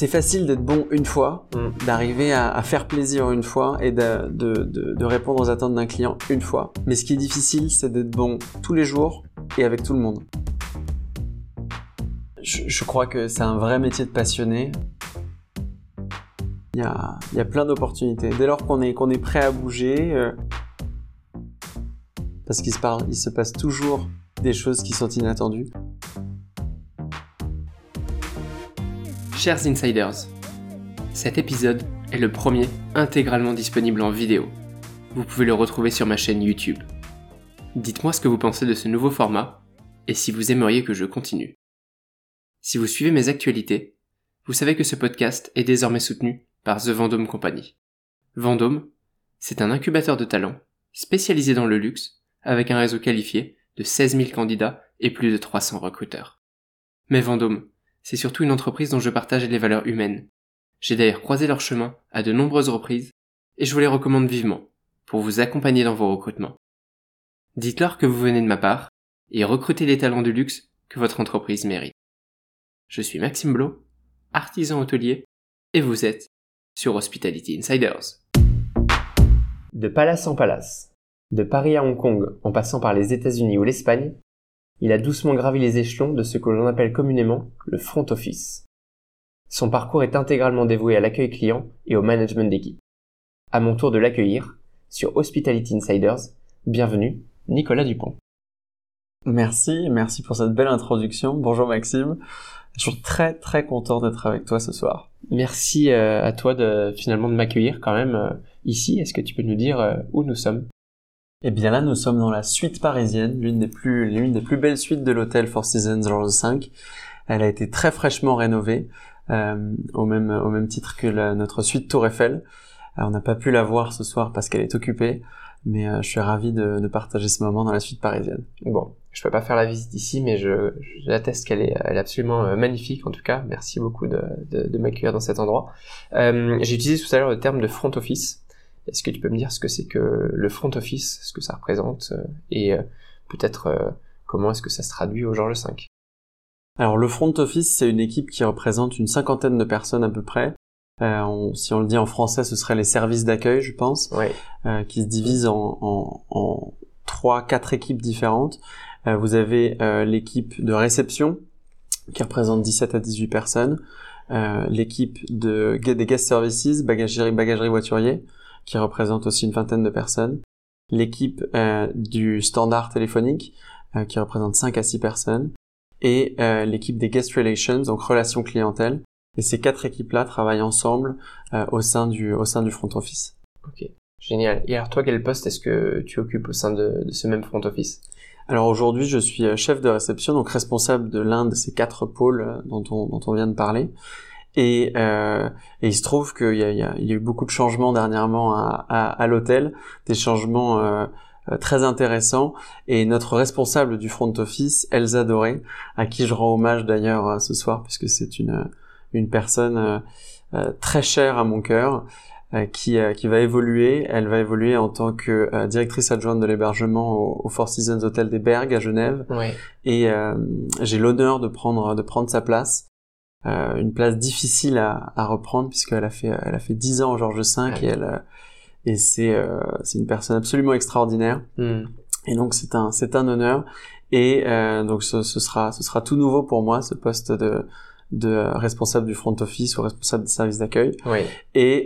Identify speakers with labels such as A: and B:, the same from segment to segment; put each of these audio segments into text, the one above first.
A: c'est facile d'être bon une fois, d'arriver à faire plaisir une fois et de répondre aux attentes d'un client une fois. Mais ce qui est difficile, c'est d'être bon tous les jours et avec tout le monde. Je crois que c'est un vrai métier de passionné. Il y a plein d'opportunités. Dès lors qu'on est prêt à bouger, parce qu'il se passe toujours des choses qui sont inattendues.
B: Chers Insiders, cet épisode est le premier intégralement disponible en vidéo. Vous pouvez le retrouver sur ma chaîne YouTube. Dites-moi ce que vous pensez de ce nouveau format et si vous aimeriez que je continue. Si vous suivez mes actualités, vous savez que ce podcast est désormais soutenu par The Vendôme Company. Vendôme, c'est un incubateur de talents spécialisé dans le luxe avec un réseau qualifié de 16 000 candidats et plus de 300 recruteurs. Mais Vendôme, c'est surtout une entreprise dont je partage les valeurs humaines. J'ai d'ailleurs croisé leur chemin à de nombreuses reprises et je vous les recommande vivement pour vous accompagner dans vos recrutements. Dites-leur que vous venez de ma part et recrutez les talents de luxe que votre entreprise mérite. Je suis Maxime Blot, artisan hôtelier, et vous êtes sur Hospitality Insiders. De palace en palace, de Paris à Hong Kong en passant par les États-Unis ou l'Espagne, il a doucement gravi les échelons de ce que l'on appelle communément le front office. Son parcours est intégralement dévoué à l'accueil client et au management d'équipe. À mon tour de l'accueillir, sur Hospitality Insiders, bienvenue, Nicolas Dupont.
A: Merci pour cette belle introduction. Bonjour Maxime. Je suis très très content d'être avec toi ce soir.
B: Merci à toi de m'accueillir quand même ici. Est-ce que tu peux nous dire où nous sommes ?
A: Eh bien là, nous sommes dans la suite parisienne, l'une des plus belles suites de l'hôtel Four Seasons 05. Elle a été très fraîchement rénovée, au même titre que notre suite Tour Eiffel. On n'a pas pu la voir ce soir parce qu'elle est occupée, mais je suis ravi de partager ce moment dans la suite parisienne.
B: Bon, je peux pas faire la visite ici, mais j'atteste qu'elle est absolument magnifique en tout cas. Merci beaucoup de m'accueillir dans cet endroit. J'ai utilisé tout à l'heure le terme de front office. Est-ce que tu peux me dire ce que c'est que le front office, ce que ça représente, et peut-être comment est-ce que ça se traduit au Georges V ?
A: Alors le front office, c'est une équipe qui représente une 50aine de personnes à peu près. Si on le dit en français, ce serait les services d'accueil, je pense, qui se divisent en 3-4 équipes différentes. Vous avez l'équipe de réception, qui représente 17 à 18 personnes, l'équipe des guest services, bagagerie voiturier, qui représente aussi une vingtaine de personnes, l'équipe du standard téléphonique, qui représente 5 à 6 personnes, et l'équipe des guest relations, donc relations clientèle. Et ces 4 équipes-là travaillent ensemble au sein du front office.
B: Ok, génial. Et alors toi, quel poste est-ce que tu occupes au sein de ce même front office ?
A: Alors aujourd'hui, je suis chef de réception, donc responsable de l'un de ces 4 pôles dont on vient de parler. Et il se trouve qu'il y a eu beaucoup de changements dernièrement à l'hôtel, des changements très intéressants. Et notre responsable du front office, Elsa Doré, à qui je rends hommage d'ailleurs ce soir, puisque c'est une personne très chère à mon cœur, qui va évoluer. Elle va évoluer en tant que directrice adjointe de l'hébergement au Four Seasons Hotel des Bergues à Genève.
B: Ouais.
A: Et j'ai l'honneur de prendre sa place. Une place difficile à reprendre puisqu'elle a fait 10 ans au Georges V et c'est une personne absolument extraordinaire. Et donc c'est un honneur et donc ce sera tout nouveau pour moi, ce poste de responsable du front office ou responsable des services d'accueil.
B: Oui.
A: Et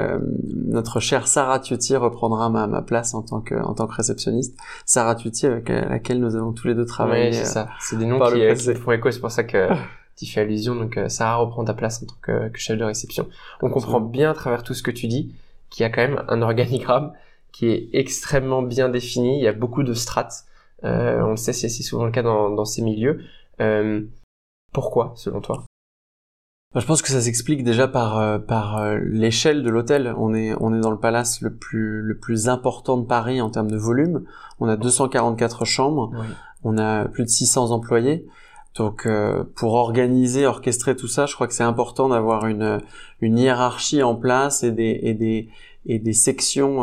A: notre chère Sarah Thiotti reprendra ma place en tant que réceptionniste. Sarah Thiotti avec laquelle nous avons tous les deux travaillé.
B: Oui, c'est ça. C'est des noms qui font écho, c'est pour ça que tu fais allusion. Donc Sarah reprend ta place en tant que chef de réception. On comprend bien à travers tout ce que tu dis qu'il y a quand même un organigramme qui est extrêmement bien défini. Il y a beaucoup de strates. On le sait, c'est souvent le cas dans ces milieux. Pourquoi, selon toi ?
A: Je pense que ça s'explique déjà par l'échelle de l'hôtel. On est dans le palace le plus important de Paris en termes de volume. On a 244 chambres. Oui. On a plus de 600 employés. Donc pour orchestrer tout ça, je crois que c'est important d'avoir une hiérarchie en place et des sections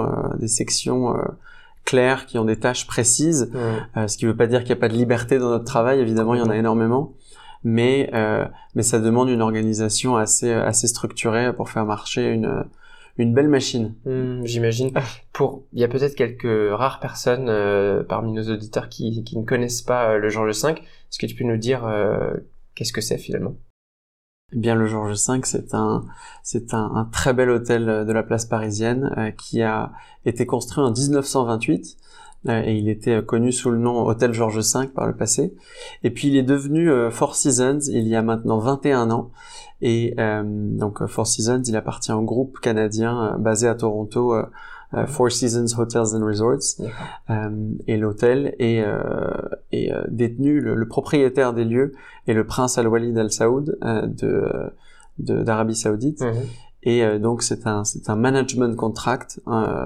A: claires qui ont des tâches précises. Ce qui veut pas dire qu'il n'y a pas de liberté dans notre travail, évidemment, il y en a énormément. mais ça demande une organisation assez structurée pour faire marcher une belle machine.
B: J'imagine. Il y a peut-être quelques rares personnes parmi nos auditeurs qui ne connaissent pas le Georges V. Est-ce que tu peux nous dire qu'est-ce que c'est finalement?
A: Eh bien, le Georges V, c'est un très bel hôtel de la place parisienne qui a été construit en 1928 et il était connu sous le nom Hôtel Georges V par le passé. Et puis, il est devenu Four Seasons il y a maintenant 21 ans. Et donc, Four Seasons, il appartient au groupe canadien basé à Toronto, Four Seasons Hotels and Resorts. Et l'hôtel est détenu, le propriétaire des lieux est le prince Al-Walid Al Saoud d'Arabie Saoudite. Et donc c'est un management contract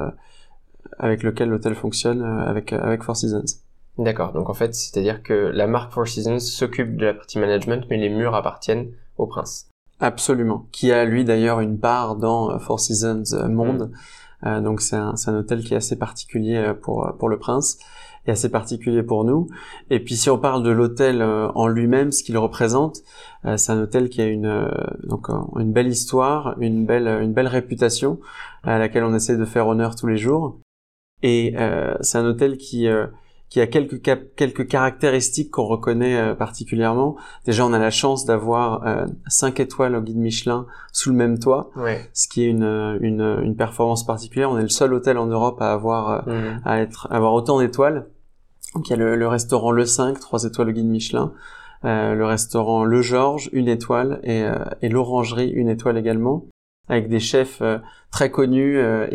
A: avec lequel l'hôtel fonctionne avec Four Seasons.
B: D'accord. Donc en fait, c'est-à-dire que la marque Four Seasons s'occupe de la partie management, mais les murs appartiennent au prince.
A: Absolument. Qui a lui d'ailleurs une part dans Four Seasons Monde. Donc c'est un hôtel qui est assez particulier pour le prince et assez particulier pour nous. Et puis si on parle de l'hôtel en lui-même, ce qu'il représente, c'est un hôtel qui a une belle histoire, une belle réputation à laquelle on essaie de faire honneur tous les jours. Et c'est un hôtel qui a quelques caractéristiques qu'on reconnaît particulièrement. Déjà, on a la chance d'avoir 5 étoiles au guide Michelin sous le même toit, ce qui est une performance particulière. On est le seul hôtel en Europe à avoir autant d'étoiles. Donc il y a le restaurant Le 5, 3 étoiles au guide Michelin, le restaurant Le Georges, 1 étoile, et l'Orangerie, 1 étoile également, avec des chefs très connus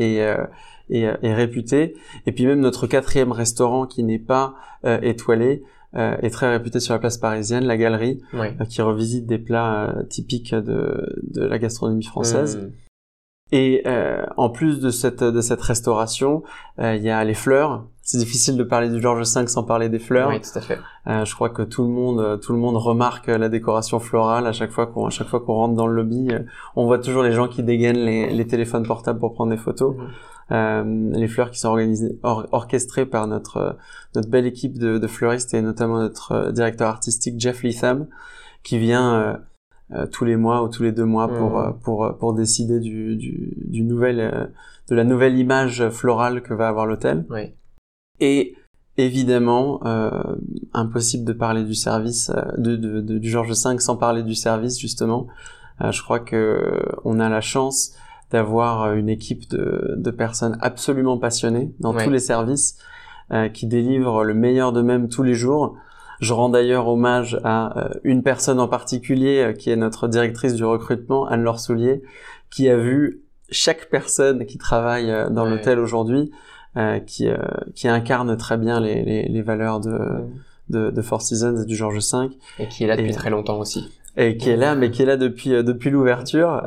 A: et réputé. Et puis même notre 4e restaurant qui n'est pas étoilé est très réputé sur la place parisienne, la Galerie, qui revisite des plats typiques de la gastronomie française. Et en plus de cette restauration, il y a les fleurs. C'est difficile de parler du Georges V sans parler des fleurs.
B: Oui, tout à fait.
A: Je crois que tout le monde remarque la décoration florale à chaque fois qu'on rentre dans le lobby. On voit toujours les gens qui dégainent les téléphones portables pour prendre des photos. Les fleurs qui sont orchestrées par notre belle équipe de fleuristes et notamment notre directeur artistique Jeff Leatham qui vient tous les mois ou tous les 2 mois pour décider de la nouvelle image florale que va avoir l'hôtel. Et évidemment impossible de parler du service du Georges V sans parler du service justement. Je crois que on a la chance d'avoir une équipe de personnes absolument passionnées dans tous les services qui délivrent le meilleur d'eux-mêmes tous les jours. Je rends d'ailleurs hommage à une personne en particulier qui est notre directrice du recrutement, Anne-Laure Soulier, qui a vu chaque personne qui travaille dans l'hôtel aujourd'hui, qui incarne très bien les valeurs de Four Seasons et du Georges V.
B: Et qui est là depuis très longtemps aussi.
A: Et qui est là, mais qui est là depuis l'ouverture.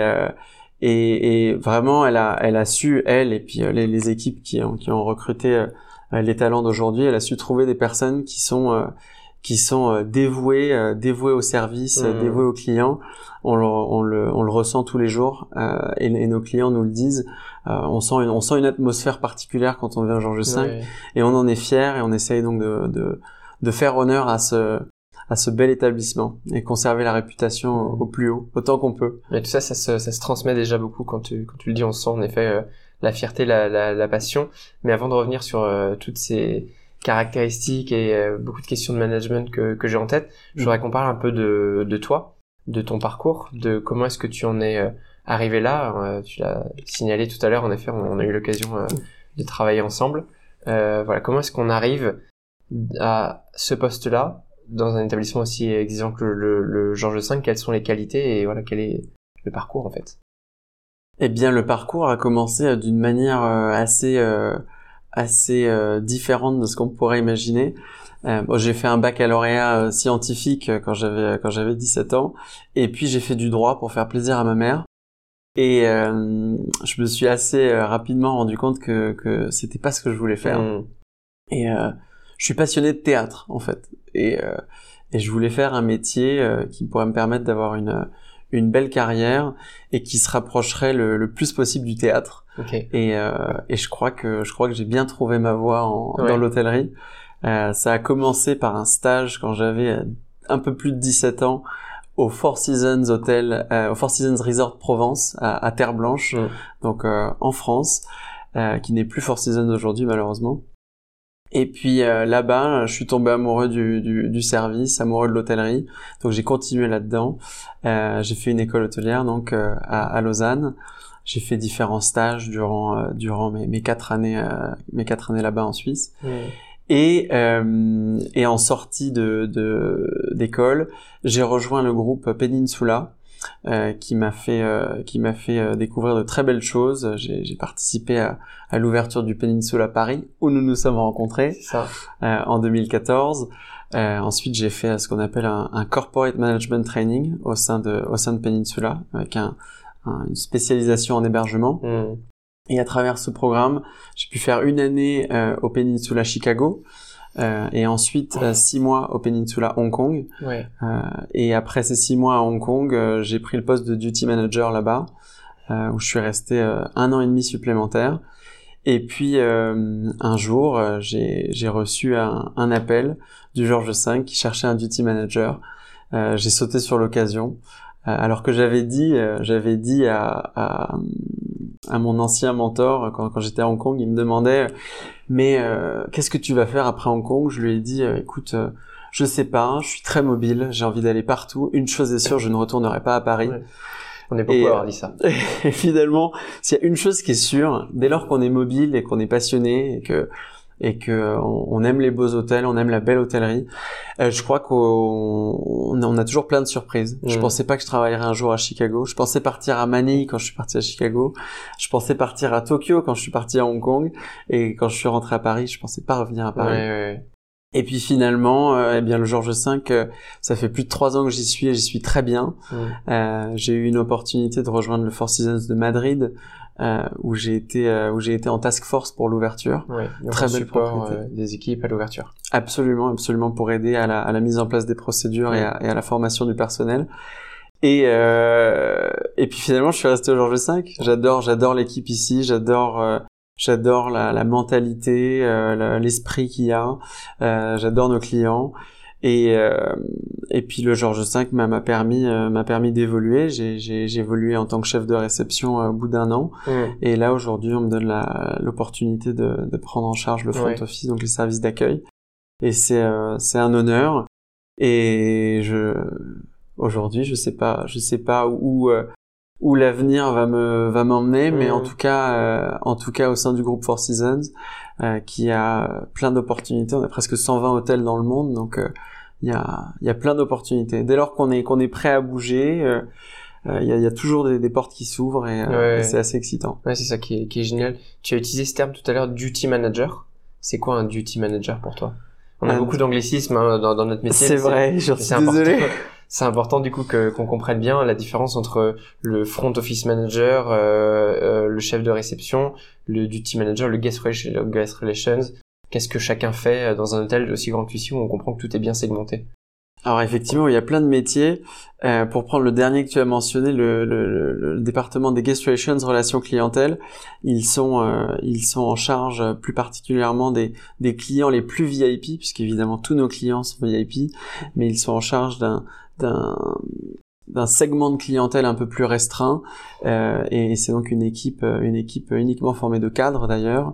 A: Et vraiment, elle a su, elle et puis les équipes qui ont recruté les talents d'aujourd'hui, elle a su trouver des personnes qui sont dévouées au service, dévouées aux clients. On le ressent tous les jours et nos clients nous le disent. On sent une atmosphère particulière quand on vient au Georges V et on en est fier et on essaye donc de faire honneur à ce bel établissement et conserver la réputation au plus haut, autant qu'on peut.
B: Mais tout ça se transmet déjà beaucoup quand tu le dis, on sent en effet la fierté, la passion. Mais avant de revenir sur toutes ces caractéristiques et beaucoup de questions de management que j'ai en tête, je voudrais qu'on parle un peu de toi, de ton parcours, de comment est-ce que tu en es arrivé là. Tu l'as signalé tout à l'heure, en effet, on a eu l'occasion de travailler ensemble. Voilà, comment est-ce qu'on arrive à ce poste-là dans un établissement aussi exigeant que le Georges V? Quelles sont les qualités et voilà, quel est le parcours en fait?
A: Eh bien, le parcours a commencé d'une manière assez différente de ce qu'on pourrait imaginer. J'ai fait un baccalauréat scientifique quand j'avais 17 ans, et puis j'ai fait du droit pour faire plaisir à ma mère. Et je me suis assez rapidement rendu compte que c'était pas ce que je voulais faire. Et je suis passionné de théâtre en fait, et je voulais faire un métier qui pourrait me permettre d'avoir une belle carrière et qui se rapprocherait le plus possible du théâtre. Et je crois que j'ai bien trouvé ma voie dans l'hôtellerie. Ça a commencé par un stage quand j'avais un peu plus de 17 ans au Four Seasons Hotel, au Four Seasons Resort Provence à Terre Blanche, donc en France, qui n'est plus Four Seasons aujourd'hui malheureusement. Et puis là-bas, je suis tombé amoureux du service, amoureux de l'hôtellerie, donc j'ai continué là-dedans. J'ai fait une école hôtelière donc à Lausanne. J'ai fait différents stages durant mes 4 années là-bas en Suisse. Et en sortie d'école, j'ai rejoint le groupe Peninsula, qui m'a fait découvrir de très belles choses. J'ai participé à l'ouverture du Peninsula Paris, où nous nous sommes rencontrés.
B: C'est ça.
A: En 2014. Ensuite, j'ai fait ce qu'on appelle un corporate management training au sein de Peninsula, avec une spécialisation en hébergement. Et à travers ce programme, j'ai pu faire une année au Peninsula Chicago, et ensuite 6 mois au Peninsula Hong Kong. Et après ces 6 mois à Hong Kong, j'ai pris le poste de duty manager là-bas, où je suis resté 1 an et demi supplémentaire. Et puis un jour, j'ai reçu un appel du Georges V qui cherchait un duty manager. J'ai sauté sur l'occasion. Alors que j'avais dit à mon ancien mentor quand j'étais à Hong Kong, il me demandait mais qu'est-ce que tu vas faire après Hong Kong? Je lui ai dit écoute, je sais pas, je suis très mobile, j'ai envie d'aller partout. Une chose est sûre, je ne retournerai pas à Paris.
B: On est beaucoup à avoir dit ça.
A: Et finalement, s'il y a une chose qui est sûre, dès lors qu'on est mobile et qu'on est passionné et que on aime les beaux hôtels, on aime la belle hôtellerie, je crois qu'on a toujours plein de surprises. Je pensais pas que je travaillerais un jour à Chicago. Je pensais partir à Manille quand je suis parti à Chicago. Je pensais partir à Tokyo quand je suis parti à Hong Kong. Et quand je suis rentré à Paris, je pensais pas revenir à Paris. Et puis finalement, eh bien le Georges V, ça fait plus de 3 ans que j'y suis et j'y suis très bien. J'ai eu une opportunité de rejoindre le Four Seasons de Madrid, où j'ai été en task force pour l'ouverture.
B: Très belle support des équipes à l'ouverture.
A: Absolument, pour aider à la mise en place des procédures et à la formation du personnel. Et puis finalement, je suis resté au Georges V. J'adore l'équipe ici, j'adore la mentalité, l'esprit qu'il y a. J'adore nos clients. Et puis le Georges V m'a permis d'évoluer. J'ai évolué en tant que chef de réception au bout d'1 an. Et là aujourd'hui, on me donne l'opportunité de prendre en charge le front office, donc les services d'accueil. Et c'est un honneur. Et aujourd'hui, je sais pas où l'avenir va m'emmener, mais en tout cas au sein du groupe Four Seasons, qui a plein d'opportunités. On a presque 120 hôtels dans le monde, donc il y a plein d'opportunités. Dès lors qu'on est prêt à bouger, il y a toujours des portes qui s'ouvrent et c'est assez excitant.
B: C'est ça qui est génial. Tu as utilisé ce terme tout à l'heure, duty manager. C'est quoi un duty manager pour toi? On a beaucoup d'anglicismes dans notre métier.
A: C'est vrai, je suis désolé.
B: C'est important du coup qu'on comprenne bien la différence entre le front office manager, le chef de réception, le duty manager, le guest relations. Qu'est-ce que chacun fait dans un hôtel aussi grand qu'ici où on comprend que tout est bien segmenté?
A: Alors effectivement, il y a plein de métiers. Pour prendre le dernier que tu as mentionné, le département des guest relations, relations clientèle, ils sont en charge plus particulièrement des clients les plus VIP, puisqu'évidemment tous nos clients sont VIP, mais ils sont en charge d'un segment de clientèle un peu plus restreint, et c'est donc une équipe uniquement formée de cadres d'ailleurs,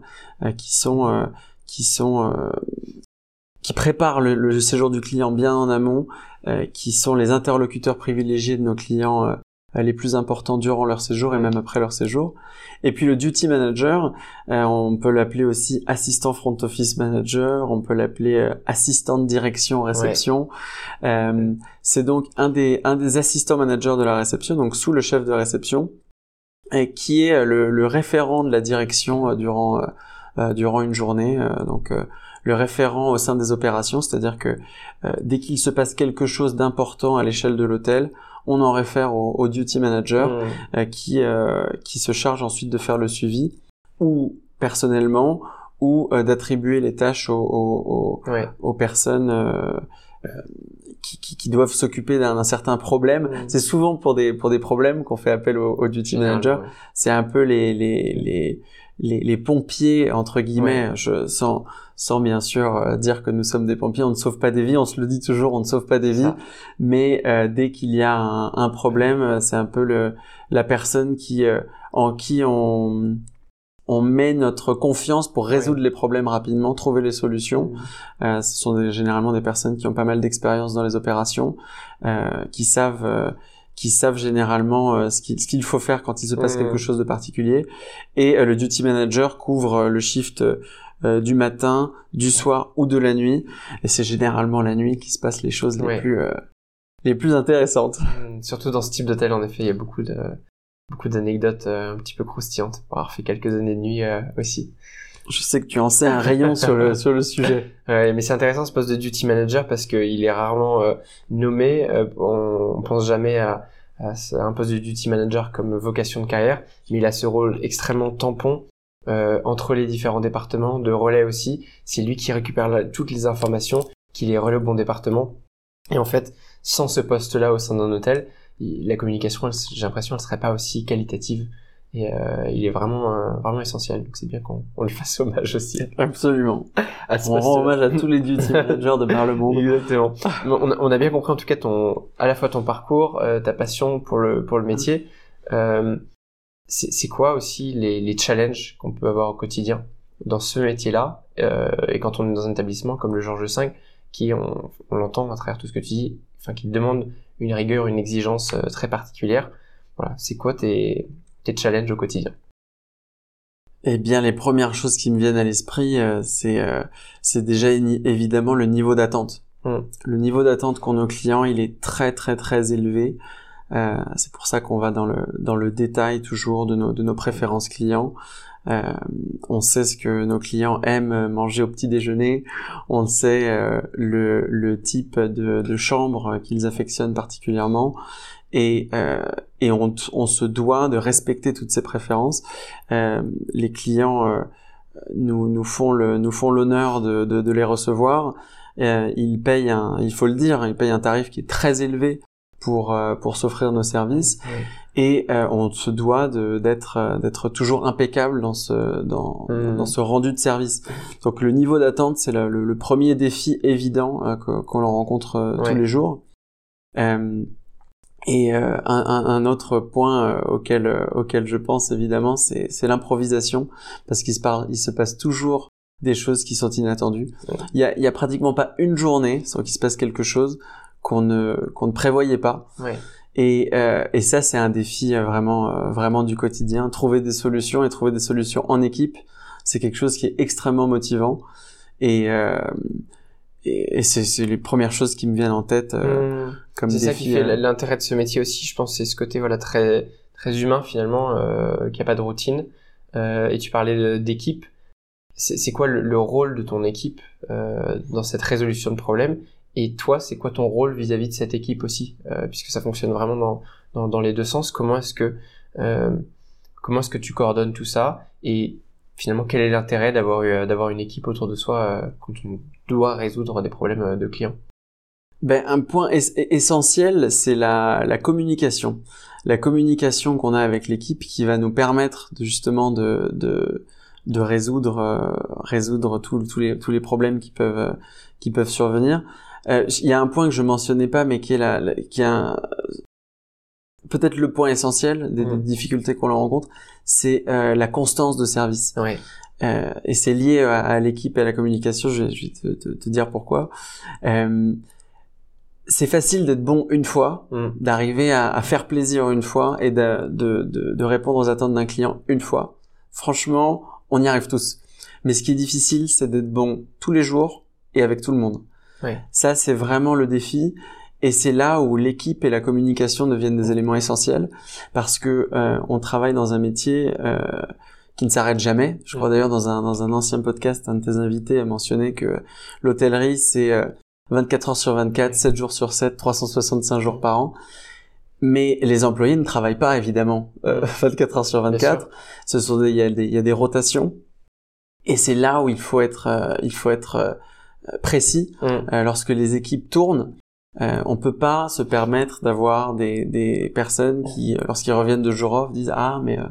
A: qui préparent le séjour du client bien en amont, qui sont les interlocuteurs privilégiés de nos clients les plus importants durant leur séjour et même après leur séjour. Et puis le duty manager, on peut l'appeler aussi assistant front office manager, on peut l'appeler assistant de direction réception. C'est donc un des assistants managers de la réception, donc sous le chef de réception, et qui est le référent de la direction durant une journée. Le référent au sein des opérations, c'est-à-dire que dès qu'il se passe quelque chose d'important à l'échelle de l'hôtel, on en réfère au duty manager qui se charge ensuite de faire le suivi, ou personnellement, ou d'attribuer les tâches aux personnes qui doivent s'occuper d'un certain problème. C'est souvent pour des problèmes qu'on fait appel au duty manager. C'est un peu les pompiers entre guillemets, sans bien sûr dire que nous sommes des pompiers, on ne sauve pas des vies, on se le dit toujours, on ne sauve pas des vies, mais dès qu'il y a un problème, c'est un peu la personne en qui on met notre confiance pour résoudre les problèmes rapidement, trouver les solutions. Ce sont généralement des personnes qui ont pas mal d'expérience dans les opérations, qui savent généralement ce qu'il faut faire quand il se passe quelque chose de particulier. Et le duty manager couvre le shift du matin, du soir ou de la nuit. Et c'est généralement la nuit qui se passent les choses les plus intéressantes.
B: Surtout dans ce type d'hôtel, en effet, il y a beaucoup d'anecdotes un petit peu croustillantes pour avoir fait quelques années de nuit aussi.
A: Je sais que tu en sais un rayon sur le sujet.
B: Mais c'est intéressant ce poste de duty manager parce qu'il est rarement nommé. On pense jamais à un poste de duty manager comme vocation de carrière, mais il a ce rôle extrêmement tampon entre les différents départements, de relais aussi. C'est lui qui récupère toutes les informations, qui les relaie au bon département. Et en fait, sans ce poste-là au sein d'un hôtel, la communication, j'ai l'impression, elle serait pas aussi qualitative. Et il est vraiment essentiel. Donc c'est bien qu'on lui fasse hommage aussi.
A: Absolument. On rend hommage à tous les duty managers de par le monde.
B: Exactement. On a bien compris en tout cas à la fois ton parcours, ta passion pour le métier. C'est quoi aussi les challenges qu'on peut avoir au quotidien dans ce métier-là et quand on est dans un établissement comme le Georges V qui, on l'entend à travers tout ce que tu dis, enfin qui demande une rigueur, une exigence très particulière. Voilà, c'est quoi tes challenges au quotidien?
A: Eh bien, les premières choses qui me viennent à l'esprit, c'est déjà évidemment le niveau d'attente. Le niveau d'attente qu'ont nos clients, il est très très très élevé. C'est pour ça qu'on va dans le détail toujours de nos préférences clients. On sait ce que nos clients aiment manger au petit déjeuner. On sait le type de chambre qu'ils affectionnent particulièrement. Et on se doit de respecter toutes ces préférences. Les clients nous font l'honneur de les recevoir. Ils payent il faut le dire, ils payent un tarif qui est très élevé pour s'offrir nos services. Et on se doit d'être toujours impeccable dans ce rendu de service. Donc le niveau d'attente, c'est le premier défi évident qu'on leur rencontre tous les jours. Et un autre point auquel je pense évidemment, c'est l'improvisation, parce il se passe toujours des choses qui sont inattendues. Il y a pratiquement pas une journée sans qu'il se passe quelque chose qu'on ne prévoyait pas. Et ça, c'est un défi vraiment du quotidien. Trouver des solutions en équipe, c'est quelque chose qui est extrêmement motivant. Et c'est les premières choses qui me viennent en tête comme défi.
B: C'est ça qui fait l'intérêt de ce métier aussi, je pense, c'est ce côté très très humain finalement, qu'il n'y a pas de routine. Et tu parlais d'équipe. C'est quoi le rôle de ton équipe dans cette résolution de problèmes? Et toi, c'est quoi ton rôle vis-à-vis de cette équipe aussi, puisque ça fonctionne vraiment dans les deux sens. Comment est-ce que tu coordonnes tout ça? Et finalement, quel est l'intérêt d'avoir une équipe autour de soi quand on doit résoudre des problèmes de clients?
A: Un point essentiel, c'est la communication. La communication qu'on a avec l'équipe qui va nous permettre justement de résoudre tous les problèmes qui peuvent survenir. Il y a un point que je mentionnais pas, mais qui est peut-être le point essentiel des difficultés qu'on rencontre, c'est la constance de service. Et c'est lié à l'équipe et à la communication. Je vais te dire pourquoi. C'est facile d'être bon une fois, d'arriver à faire plaisir une fois et de répondre aux attentes d'un client une fois. Franchement, on y arrive tous. Mais ce qui est difficile, c'est d'être bon tous les jours et avec tout le monde. Ça, c'est vraiment le défi. Et c'est là où l'équipe et la communication deviennent des éléments essentiels, parce que on travaille dans un métier qui ne s'arrête jamais. Je crois d'ailleurs dans un ancien podcast, un de tes invités a mentionné que l'hôtellerie, c'est 24 heures sur 24, 7 jours sur 7, 365 jours par an. Mais les employés ne travaillent pas, évidemment, 24 heures sur 24. Il y a des rotations. Et c'est là où il faut être précis. Lorsque les équipes tournent, on peut pas se permettre d'avoir des personnes qui, lorsqu'ils reviennent de jour off, disent mais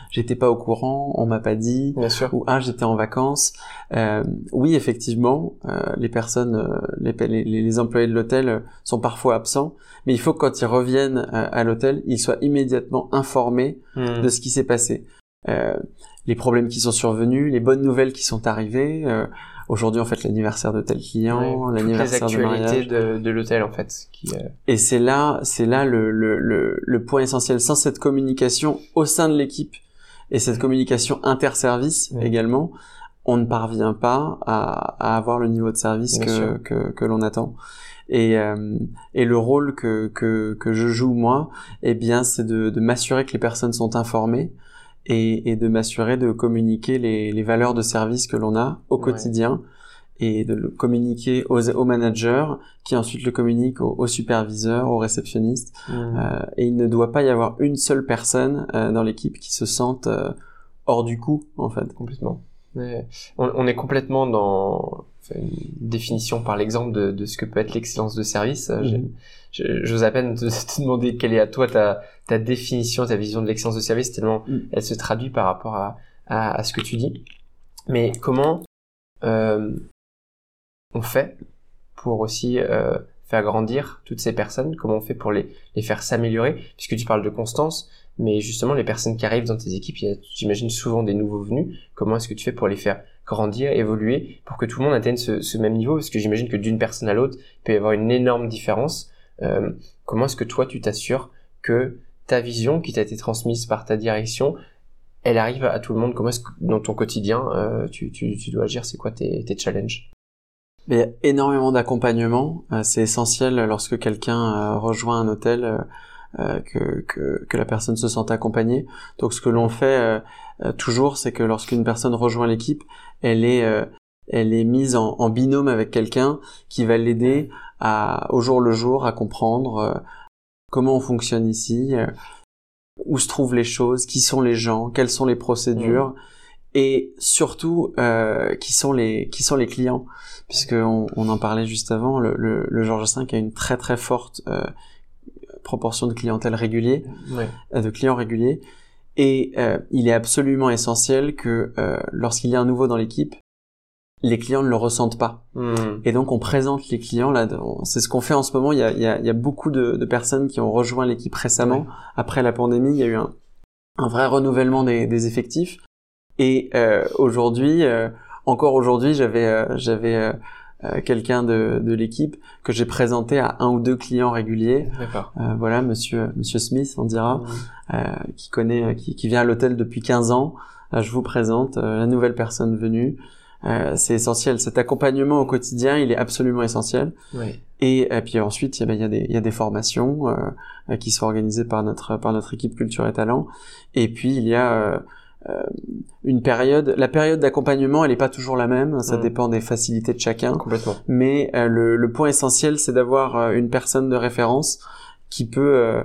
A: j'étais pas au courant, on m'a pas dit,
B: bien sûr.
A: ou j'étais en vacances. Oui, effectivement, les personnes, les employés de l'hôtel sont parfois absents, mais il faut que quand ils reviennent à l'hôtel, ils soient immédiatement informés de ce qui s'est passé. Les problèmes qui sont survenus, les bonnes nouvelles qui sont arrivées. Aujourd'hui, en fait, l'anniversaire de tel client, l'anniversaire de mariage.
B: Toutes les actualités de l'hôtel, en fait.
A: Et c'est là le point essentiel. Sans cette communication au sein de l'équipe et cette communication interservice également, on ne parvient pas à avoir le niveau de service que l'on attend. Et le rôle que je joue moi, eh bien, c'est de m'assurer que les personnes sont informées et de m'assurer de communiquer les valeurs de service que l'on a au quotidien et de le communiquer aux managers qui ensuite le communiquent aux superviseurs, aux réceptionnistes. Et il ne doit pas y avoir une seule personne dans l'équipe qui se sente hors du coup, en fait.
B: Complètement. On est complètement dans une définition par l'exemple de ce que peut être l'excellence de service. J'ose à peine te demander quelle est à toi ta définition, ta vision de l'excellence de service, tellement elle se traduit par rapport à ce que tu dis. Mais comment on fait pour aussi faire grandir toutes ces personnes? Comment on fait pour les faire s'améliorer? Puisque tu parles de constance, mais justement les personnes qui arrivent dans tes équipes, il y a, j'imagine, souvent des nouveaux venus. Comment est-ce que tu fais pour les faire grandir, évoluer, pour que tout le monde atteigne ce même niveau? Parce que j'imagine que d'une personne à l'autre, il peut y avoir une énorme différence. Comment est-ce que toi, tu t'assures que ta vision qui t'a été transmise par ta direction, elle arrive à tout le monde? Comment est-ce que dans ton quotidien, tu dois agir? C'est quoi tes challenges?
A: Il y a énormément d'accompagnement. C'est essentiel lorsque quelqu'un rejoint un hôtel que la personne se sente accompagnée. Donc ce que l'on fait toujours, c'est que lorsqu'une personne rejoint l'équipe, elle est mise en binôme avec quelqu'un qui va l'aider au jour le jour à comprendre comment on fonctionne ici, où se trouvent les choses, qui sont les gens, quelles sont les procédures, et surtout qui sont les clients, puisque on en parlait juste avant. Le Georges V a une très très forte proportion de clientèle régulier, de clients réguliers, et il est absolument essentiel que lorsqu'il y a un nouveau dans l'équipe, les clients ne le ressentent pas. Et donc on présente les clients là. C'est ce qu'on fait en ce moment. Il y a beaucoup de personnes qui ont rejoint l'équipe récemment. Après la pandémie, il y a eu un vrai renouvellement des effectifs. Et aujourd'hui, encore aujourd'hui, j'avais quelqu'un de l'équipe que j'ai présenté à 1 ou 2 clients réguliers. Voilà, monsieur Smith, on dira, qui vient à l'hôtel depuis 15 ans. Je vous présente la nouvelle personne venue. C'est essentiel. Cet accompagnement au quotidien, il est absolument essentiel. Et puis ensuite, il y a des formations qui sont organisées par notre équipe Culture et Talent. Et puis il y a la période d'accompagnement, elle est pas toujours la même. Ça dépend des facilités de chacun.
B: Complètement.
A: Mais le point essentiel, c'est d'avoir une personne de référence qui peut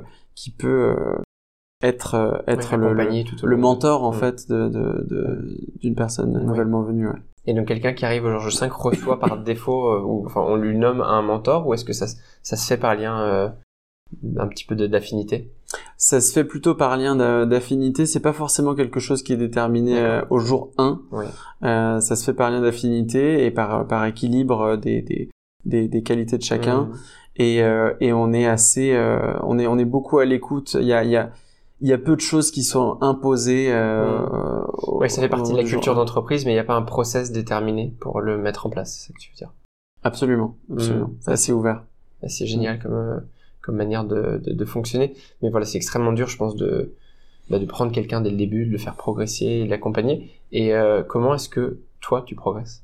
A: être le mentor en fait d'une personne nouvellement venue.
B: Et donc quelqu'un qui arrive au Georges V reçoit par défaut, ou enfin on lui nomme un mentor, ou est-ce que ça se fait par lien un petit peu d'affinité?
A: Ça se fait plutôt par lien d'affinité. C'est pas forcément quelque chose qui est déterminé au jour 1. Ça se fait par lien d'affinité et par équilibre des qualités de chacun. Et on est assez, on est beaucoup à l'écoute. Il y a peu de choses qui sont imposées.
B: Ça fait partie de la culture d'entreprise, mais il n'y a pas un process déterminé pour le mettre en place. C'est ça que tu veux dire?
A: Absolument. C'est assez ouvert.
B: C'est génial comme manière de fonctionner. Mais voilà, c'est extrêmement dur, je pense, de prendre quelqu'un dès le début, de le faire progresser, de l'accompagner. Et comment est-ce que toi, tu progresses?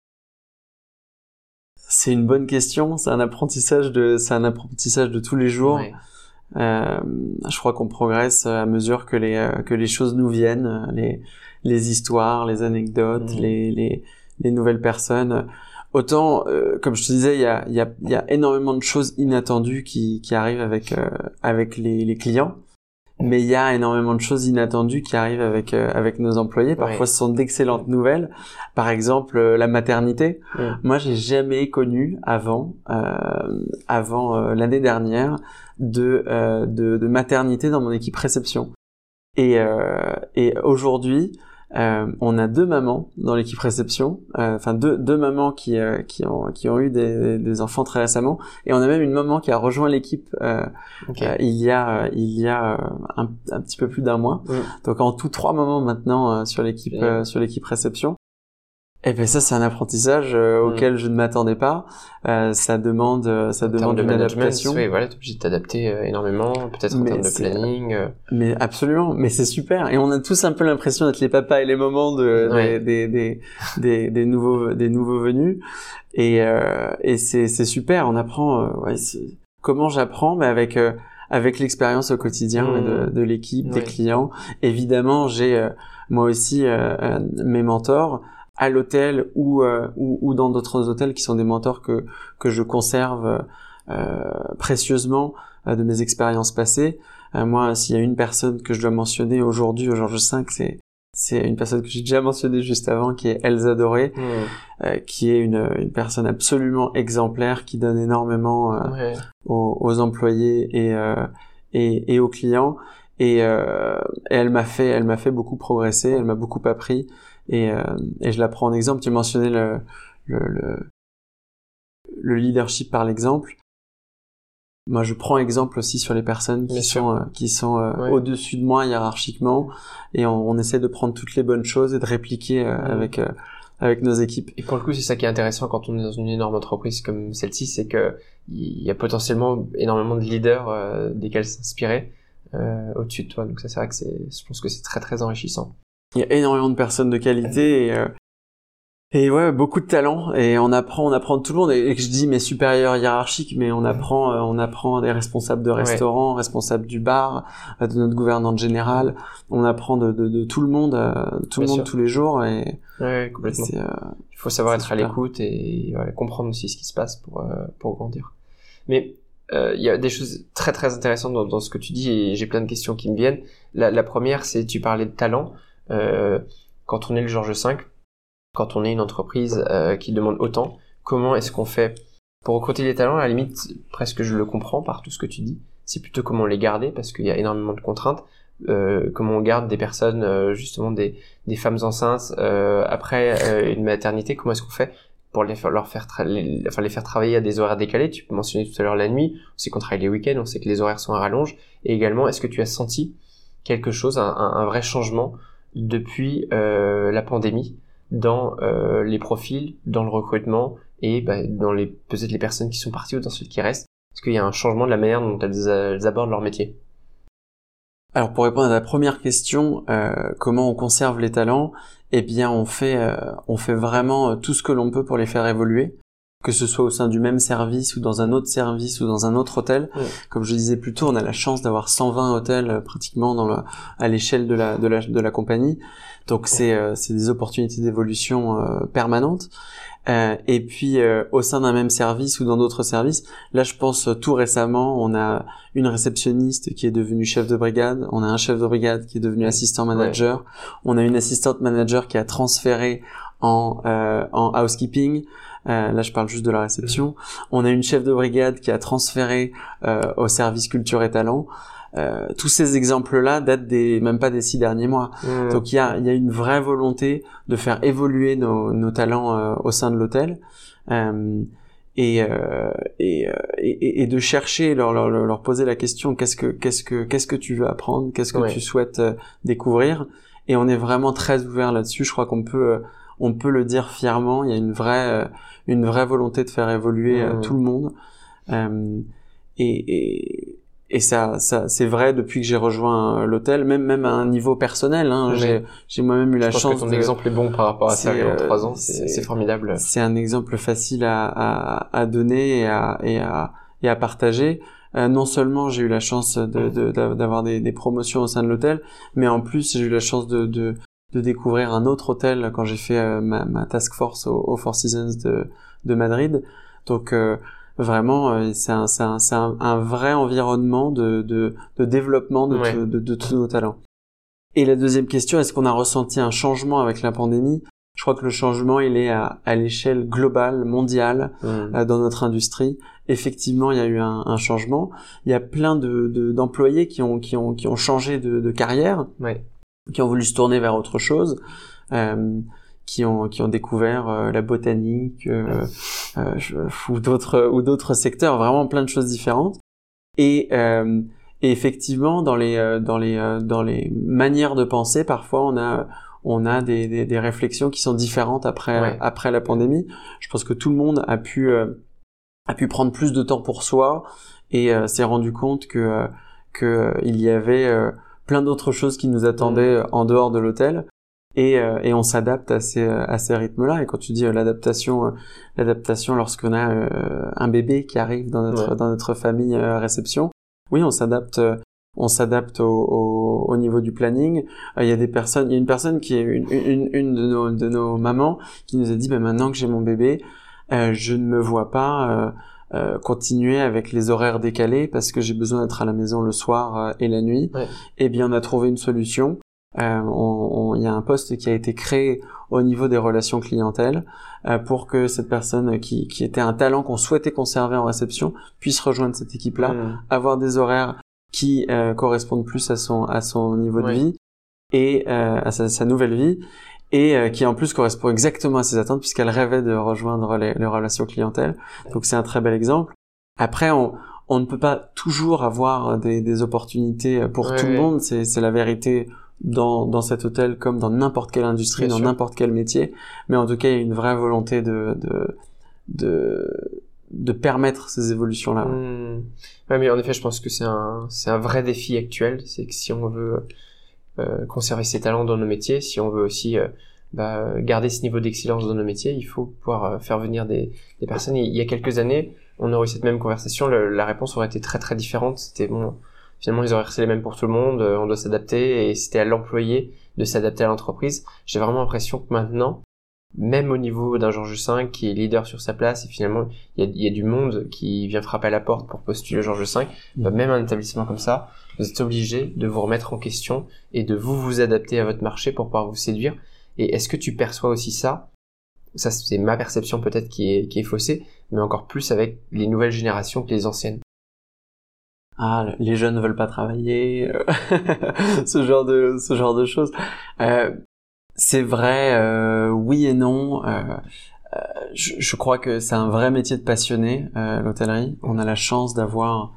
A: C'est une bonne question. C'est un apprentissage de tous les jours. Je crois qu'on progresse à mesure que les choses nous viennent, les histoires, les anecdotes, les nouvelles personnes. Autant, comme je te disais, il y a énormément de choses inattendues qui arrivent avec les clients, mais il y a énormément de choses inattendues qui arrivent avec nos employés. Parfois, ce sont d'excellentes nouvelles. Par exemple, la maternité. Moi, j'ai jamais connu avant l'année dernière de maternité dans mon équipe réception. Et aujourd'hui, on a 2 mamans dans l'équipe réception, enfin deux mamans qui ont eu des enfants très récemment, et on a même une maman qui a rejoint l'équipe il y a un petit peu plus d'1 mois. Donc en tout 3 mamans maintenant sur l'équipe réception. Et ben ça c'est un apprentissage auquel je ne m'attendais pas. Ça demande une adaptation.
B: Oui, voilà, t'es obligé de t'adapter énormément, peut-être en termes de planning.
A: Mais absolument, mais c'est super. Et on a tous un peu l'impression d'être les papas et les mamans des nouveaux venus. Et c'est super. On apprend. Comment j'apprends? Mais avec l'expérience au quotidien de l'équipe, des clients. Évidemment, j'ai moi aussi mes mentors à l'hôtel ou dans d'autres hôtels qui sont des mentors que je conserve précieusement de mes expériences passées. Moi, s'il y a une personne que je dois mentionner aujourd'hui au Georges V, c'est une personne que j'ai déjà mentionnée juste avant, qui est Elsa Doré, qui est une personne absolument exemplaire, qui donne énormément aux employés et aux clients. Et elle m'a fait beaucoup progresser, elle m'a beaucoup appris. Et je la prends en exemple. Tu mentionnais le leadership par l'exemple. Moi, je prends exemple aussi sur les personnes qui sont au-dessus de moi hiérarchiquement, et on essaie de prendre toutes les bonnes choses et de répliquer avec nos équipes.
B: Et pour le coup, c'est ça qui est intéressant quand on est dans une énorme entreprise comme celle-ci, c'est que il y a potentiellement énormément de leaders desquels s'inspirer au-dessus de toi. Donc ça, c'est vrai que je pense que c'est très très enrichissant.
A: Il y a énormément de personnes de qualité et ouais, beaucoup de talent, et on apprend de tout le monde. Et que je dis mes supérieurs hiérarchiques, mais on apprend des responsables de restaurants, responsables du bar, de notre gouvernante générale. On apprend de tout le monde, tous les jours. Et
B: complètement. Il faut savoir être à l'écoute et comprendre aussi ce qui se passe pour grandir. Mais il y a des choses très très intéressantes dans ce que tu dis, et j'ai plein de questions qui me viennent. La première, c'est, tu parlais de talent. Quand on est le Georges V, quand on est une entreprise qui demande autant, comment est-ce qu'on fait pour recruter les talents? À la limite, presque je le comprends par tout ce que tu dis. C'est plutôt comment les garder, parce qu'il y a énormément de contraintes. Comment on garde des personnes, justement des femmes enceintes après une maternité. Comment est-ce qu'on fait pour les faire travailler à des horaires décalés? Tu mentionnais tout à l'heure la nuit. On sait qu'on travaille les week-ends, on sait que les horaires sont à rallonge. Et également, est-ce que tu as senti quelque chose, un vrai changement depuis la pandémie dans les profils, dans le recrutement et dans peut-être les personnes qui sont parties ou dans celles qui restent? Est-ce qu'il y a un changement de la manière dont elles abordent leur métier?
A: Alors pour répondre à la première question, comment on conserve les talents? Eh bien on fait vraiment tout ce que l'on peut pour les faire évoluer, que ce soit au sein du même service ou dans un autre service ou dans un autre hôtel. Comme je disais plus tôt, on a la chance d'avoir 120 hôtels pratiquement à l'échelle de la compagnie. Donc c'est des opportunités d'évolution permanentes. Et puis au sein d'un même service ou dans d'autres services, là je pense tout récemment, on a une réceptionniste qui est devenue chef de brigade, on a un chef de brigade qui est devenu assistant manager, on a une assistante manager qui a transféré en housekeeping. Là, je parle juste de la réception. On a une chef de brigade qui a transféré au service culture et talent. Tous ces exemples-là datent même pas des 6 derniers mois. Donc, il y a une vraie volonté de faire évoluer nos talents au sein de l'hôtel, et de chercher, leur poser la question, qu'est-ce que tu veux apprendre, qu'est-ce que tu souhaites découvrir. Et on est vraiment très ouvert là-dessus. Je crois qu'on peut le dire fièrement. Il y a une vraie volonté de faire évoluer tout le monde. Et ça c'est vrai depuis que j'ai rejoint l'hôtel, même à un niveau personnel. J'ai moi-même eu la chance. Je pense
B: que ton exemple est bon par rapport à ça. En 3 ans, c'est formidable.
A: C'est un exemple facile à donner et à partager. Non seulement j'ai eu la chance d'avoir des promotions au sein de l'hôtel, mais en plus j'ai eu la chance de découvrir un autre hôtel quand j'ai fait ma task force au Four Seasons de Madrid. Donc vraiment c'est un vrai environnement de développement de tous nos talents. Et la deuxième question, est-ce qu'on a ressenti un changement avec la pandémie? Je crois que le changement il est à l'échelle globale, mondiale, dans notre industrie, effectivement il y a eu un changement. Il y a plein d'employés qui ont changé de carrière, qui ont voulu se tourner vers autre chose, qui ont découvert la botanique ou d'autres secteurs, vraiment plein de choses différentes. Et effectivement dans les manières de penser, parfois on a des réflexions qui sont différentes après la pandémie. Je pense que tout le monde a pu prendre plus de temps pour soi et s'est rendu compte que il y avait plein d'autres choses qui nous attendaient en dehors de l'hôtel. Et on s'adapte à ces rythmes-là. Et quand tu dis l'adaptation lorsqu'on a un bébé qui arrive dans notre famille réception, oui, on s'adapte au niveau du planning. Il y a une personne qui est une de nos mamans qui nous a dit, maintenant que j'ai mon bébé, je ne me vois pas continuer avec les horaires décalés parce que j'ai besoin d'être à la maison le soir et la nuit. Eh bien, on a trouvé une solution. Il y a un poste qui a été créé au niveau des relations clientèle pour que cette personne qui était un talent qu'on souhaitait conserver en réception puisse rejoindre cette équipe-là, avoir des horaires qui correspondent plus à son niveau de vie et à sa nouvelle vie, et qui en plus correspond exactement à ses attentes puisqu'elle rêvait de rejoindre les relations clientèle. Donc c'est un très bel exemple. Après on ne peut pas toujours avoir des opportunités pour tout le monde, c'est la vérité dans cet hôtel comme dans n'importe quelle industrie, dans n'importe quel métier, mais en tout cas il y a une vraie volonté de permettre ces évolutions-là.
B: Ouais, mais en effet, je pense que c'est un vrai défi actuel, c'est que si on veut conserver ses talents dans nos métiers, si on veut aussi garder ce niveau d'excellence dans nos métiers, il faut pouvoir faire venir des personnes. Il y a quelques années, on aurait eu cette même conversation, la réponse aurait été très très différente. C'était finalement les horaires c'est les mêmes pour tout le monde, on doit s'adapter, et c'était à l'employé de s'adapter à l'entreprise. J'ai vraiment l'impression que maintenant, même au niveau d'un Georges V qui est leader sur sa place, et finalement il y a du monde qui vient frapper à la porte pour postuler Georges V, même un établissement comme ça, vous êtes obligé de vous remettre en question et de vous adapter à votre marché pour pouvoir vous séduire. Et est-ce que tu perçois aussi ça c'est ma perception peut-être qui est faussée, mais encore plus avec les nouvelles générations que les anciennes?
A: Les jeunes ne veulent pas travailler, ce genre de choses. C'est vrai, oui et non. Je crois que c'est un vrai métier de passionné, l'hôtellerie. On a la chance d'avoir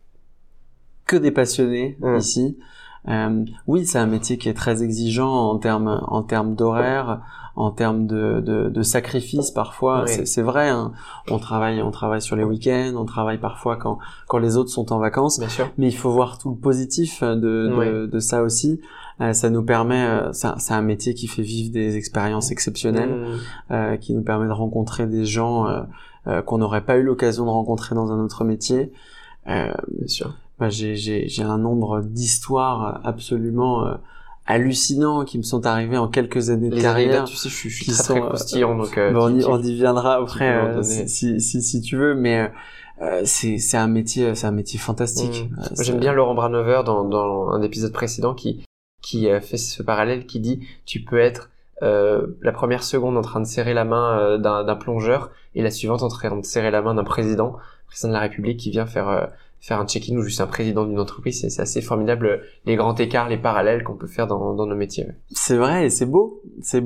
A: que des passionnés ici. Oui, c'est un métier qui est très exigeant en termes d'horaire, en termes de sacrifices parfois. C'est vrai, hein. On travaille sur les week-ends, on travaille parfois quand les autres sont en vacances.
B: Bien sûr.
A: Mais il faut voir tout le positif de ça aussi. Ça nous permet, c'est un métier qui fait vivre des expériences exceptionnelles, qui nous permet de rencontrer des gens qu'on n'aurait pas eu l'occasion de rencontrer dans un autre métier.
B: Bien sûr.
A: J'ai un nombre d'histoires absolument hallucinants qui me sont arrivées en quelques années de carrière.
B: Tu sais, je suis très croustillant, donc
A: on y viendra après si tu veux, mais c'est un métier fantastique.
B: J'aime bien Laurent Branover dans un épisode précédent qui fait ce parallèle, qui dit tu peux être la première seconde en train de serrer la main d'un plongeur et la suivante en train de serrer la main d'un président de la République qui vient faire un check-in, ou juste un président d'une entreprise. C'est assez formidable les grands écarts, les parallèles qu'on peut faire dans nos métiers.
A: C'est vrai, et c'est beau,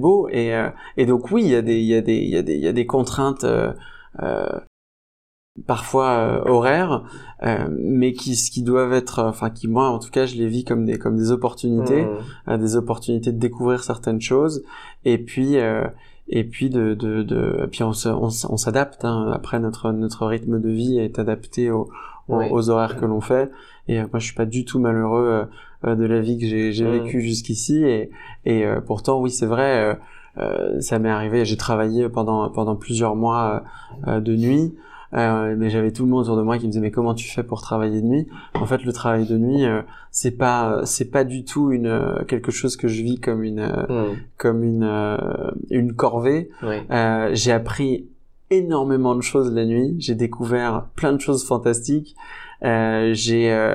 A: et donc oui, il y a des contraintes parfois horaires, mais qui doivent être, qui moi en tout cas je les vis comme des opportunités, des opportunités de découvrir certaines choses, et puis on s'adapte, hein. Après notre rythme de vie est adapté aux horaires que l'on fait, et moi je suis pas du tout malheureux de la vie que j'ai vécue jusqu'ici, et pourtant oui c'est vrai, ça m'est arrivé, j'ai travaillé pendant plusieurs mois de nuit, mais j'avais tout le monde autour de moi qui me disait mais comment tu fais pour travailler de nuit? En fait le travail de nuit c'est pas du tout quelque chose que je vis comme une corvée. J'ai appris énormément de choses la nuit, j'ai découvert plein de choses fantastiques, je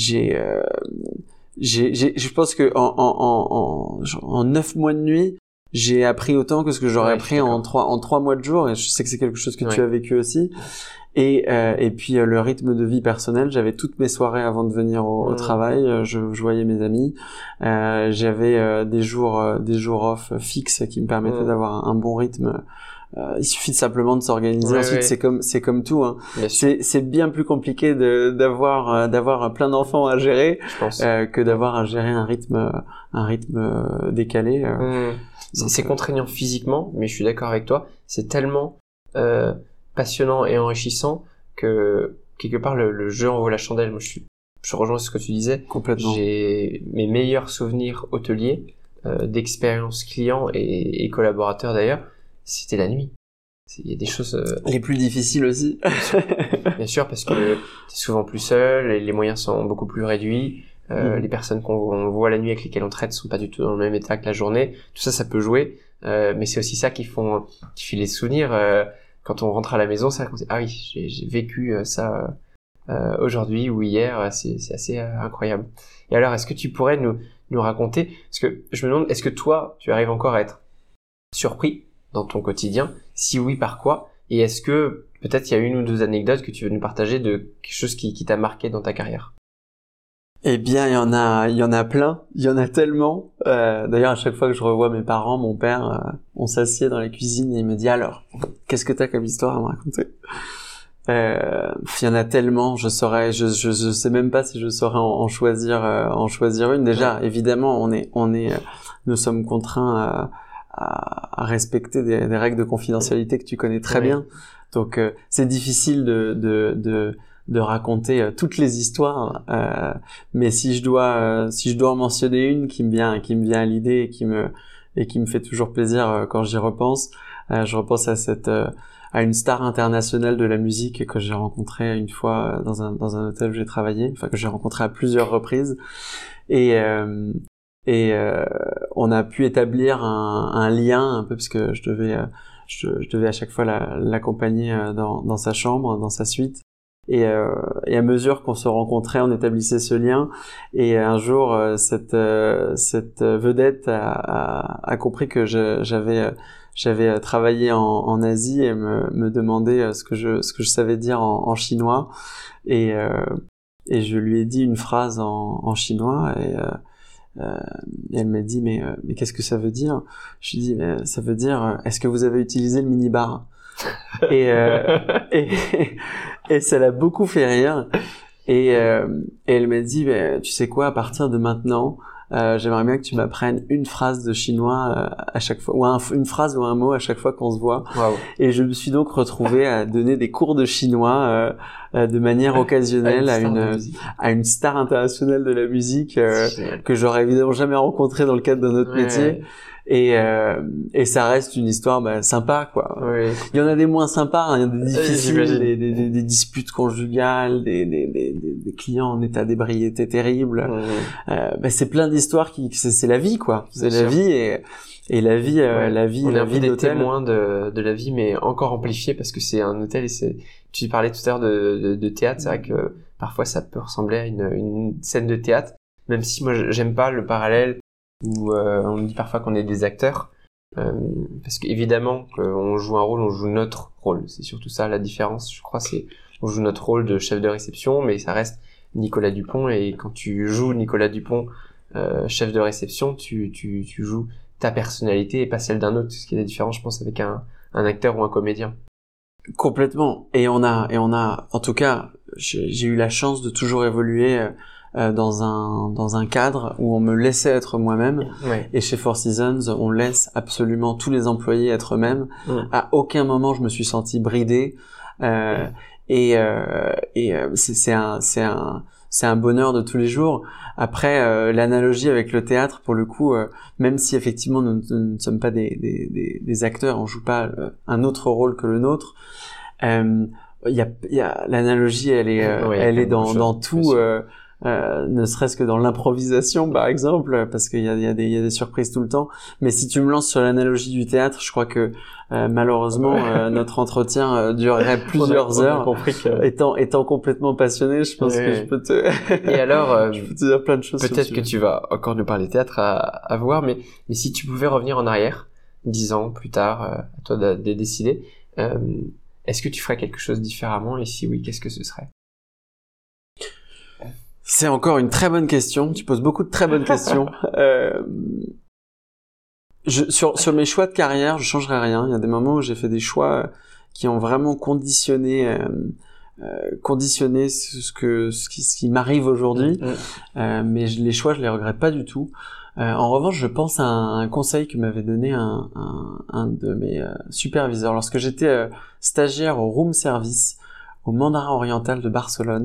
A: pense que en 9 mois de nuit, j'ai appris autant que ce que j'aurais appris en 3 mois de jour, et je sais que c'est quelque chose que tu as vécu aussi. Et puis le rythme de vie personnel, j'avais toutes mes soirées avant de venir au travail, je voyais mes amis, j'avais des jours off fixes qui me permettaient d'avoir un bon rythme. Il suffit simplement de s'organiser. Ensuite, c'est comme tout, hein. C'est bien plus compliqué d'avoir plein d'enfants à gérer, je pense, que d'avoir à gérer un rythme décalé.
C: C'est contraignant physiquement, mais je suis d'accord avec toi. C'est tellement passionnant et enrichissant que quelque part le jeu en vaut la chandelle. Moi, je rejoins ce que tu disais.
A: Complètement.
C: J'ai mes meilleurs souvenirs hôteliers, d'expériences clients et collaborateurs d'ailleurs. C'était la nuit. Il y a des choses...
A: Les plus difficiles aussi.
C: Bien sûr, parce que t'es souvent plus seul, les moyens sont beaucoup plus réduits, les personnes qu'on voit la nuit avec lesquelles on traite sont pas du tout dans le même état que la journée. Tout ça peut jouer, mais c'est aussi ça qui fait les souvenirs. Quand on rentre à la maison, c'est vrai qu'on se dit, ah oui, j'ai vécu ça aujourd'hui ou hier, c'est assez incroyable. Et alors, est-ce que tu pourrais nous raconter, parce que je me demande, est-ce que toi, tu arrives encore à être surpris dans ton quotidien? Si oui, par quoi? Et est-ce que peut-être il y a une ou deux anecdotes que tu veux nous partager de quelque chose qui t'a marqué dans ta carrière?
A: Eh bien, il y en a plein. Il y en a tellement. D'ailleurs, à chaque fois que je revois mes parents, mon père, on s'assied dans la cuisine et il me dit, alors, qu'est-ce que t'as comme histoire à me raconter? Il y en a tellement. Je sais même pas si je saurais en choisir une. Déjà, évidemment, nous sommes contraints à respecter des règles de confidentialité que tu connais très bien. Donc c'est difficile de raconter toutes les histoires, mais si je dois en mentionner une qui me vient à l'idée et qui me fait toujours plaisir quand j'y repense, je repense à une star internationale de la musique que j'ai rencontrée une fois dans un hôtel où j'ai travaillé, enfin que j'ai rencontré à plusieurs reprises, et on a pu établir un lien un peu, parce que je devais à chaque fois l'accompagner dans sa chambre, dans sa suite, et à mesure qu'on se rencontrait, on établissait ce lien, et un jour cette vedette a compris que j'avais travaillé en Asie et me demandait ce que je savais dire en chinois, et je lui ai dit une phrase en chinois, et elle m'a dit mais qu'est-ce que ça veut dire? Je lui ai dit mais ça veut dire est-ce que vous avez utilisé le minibar? et ça l'a beaucoup fait rire, et elle m'a dit tu sais quoi, à partir de maintenant j'aimerais bien que tu m'apprennes une phrase de chinois à chaque fois, ou une phrase ou un mot à chaque fois qu'on se voit. Wow. Et je me suis donc retrouvé à donner des cours de chinois de manière occasionnelle à une star internationale de la musique que j'aurais évidemment jamais rencontrée dans le cadre de notre métier. Et ça reste une histoire sympa, quoi. Oui. Il y en a des moins sympas, hein, il y en a des difficiles, des disputes conjugales, des clients en état d'ébriété terrible. C'est plein d'histoires c'est la vie, quoi. C'est la vie, et la vie
C: on est un peu des témoins de la vie, mais encore amplifié, parce que c'est un hôtel, et tu parlais tout à l'heure de théâtre. C'est vrai que parfois ça peut ressembler à une scène de théâtre, même si moi j'aime pas le parallèle où on me dit parfois qu'on est des acteurs, parce qu'évidemment qu'on joue un rôle, on joue notre rôle. C'est surtout ça la différence, je crois, c'est on joue notre rôle de chef de réception, mais ça reste Nicolas Dupont, et quand tu joues Nicolas Dupont, chef de réception, tu joues ta personnalité et pas celle d'un autre, ce qui est la différence, je pense, avec un acteur ou un comédien.
A: Complètement. Et on a, en tout cas, j'ai eu la chance de toujours évoluer dans un cadre où on me laissait être moi-même. Ouais. Et chez Four Seasons, on laisse absolument tous les employés être eux-mêmes. À aucun moment je me suis senti bridé. C'est un bonheur de tous les jours. Après, l'analogie avec le théâtre, pour le coup, même si effectivement nous ne sommes pas des acteurs, on joue pas un autre rôle que le nôtre. Il y a l'analogie, elle est dans tout. Ne serait-ce que dans l'improvisation, par exemple, parce qu'il y a des surprises tout le temps. Mais si tu me lances sur l'analogie du théâtre, je crois que malheureusement notre entretien durerait plusieurs heures. Étant complètement passionné, je pense que je peux te
C: et alors
A: je peux te dire plein de choses.
C: Peut-être que tu vas encore nous parler théâtre à voir, mais si tu pouvais revenir en arrière 10 ans plus tard, à toi de décider, est-ce que tu ferais quelque chose différemment et si oui, qu'est-ce que ce serait?
A: C'est encore une très bonne question. Tu poses beaucoup de très bonnes questions. Sur mes choix de carrière, je changerais rien. Il y a des moments où j'ai fait des choix qui ont vraiment conditionné ce qui m'arrive aujourd'hui. Mais les choix, je les regrette pas du tout. En revanche, je pense à un conseil que m'avait donné un de mes superviseurs lorsque j'étais stagiaire au room service au Mandarin Oriental de Barcelone.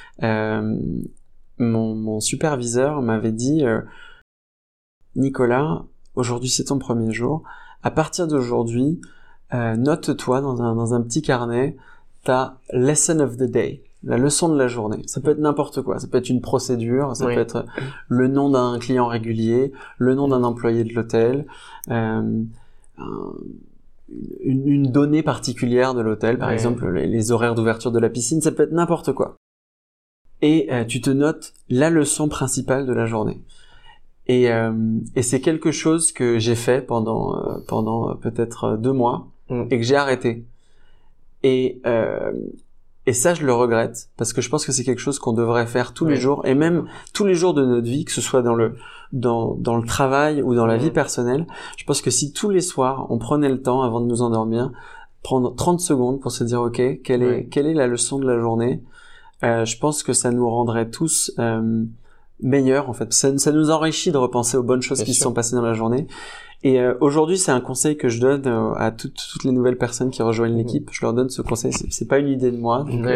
A: Mon superviseur m'avait dit Nicolas, aujourd'hui c'est ton premier jour. À partir d'aujourd'hui, note-toi dans un petit carnet ta lesson of the day, la leçon de la journée. Ça peut être n'importe quoi. Ça peut être une procédure, ça peut être le nom d'un client régulier, le nom d'un employé de l'hôtel, une donnée particulière de l'hôtel, par exemple les horaires d'ouverture de la piscine. Ça peut être n'importe quoi. Et tu te notes la leçon principale de la journée. Et c'est quelque chose que j'ai fait pendant peut-être 2 mois et que j'ai arrêté. Et ça, je le regrette parce que je pense que c'est quelque chose qu'on devrait faire tous les jours et même tous les jours de notre vie, que ce soit dans le travail ou dans la vie personnelle. Je pense que si tous les soirs, on prenait le temps avant de nous endormir, prendre 30 secondes pour se dire, OK, quelle est la leçon de la journée? Je pense que ça nous rendrait tous meilleurs en fait. Ça nous enrichit de repenser aux bonnes choses qui se sont passées dans la journée. Et aujourd'hui, c'est un conseil que je donne à toutes les nouvelles personnes qui rejoignent l'équipe. Je leur donne ce conseil. C'est pas une idée de moi, donc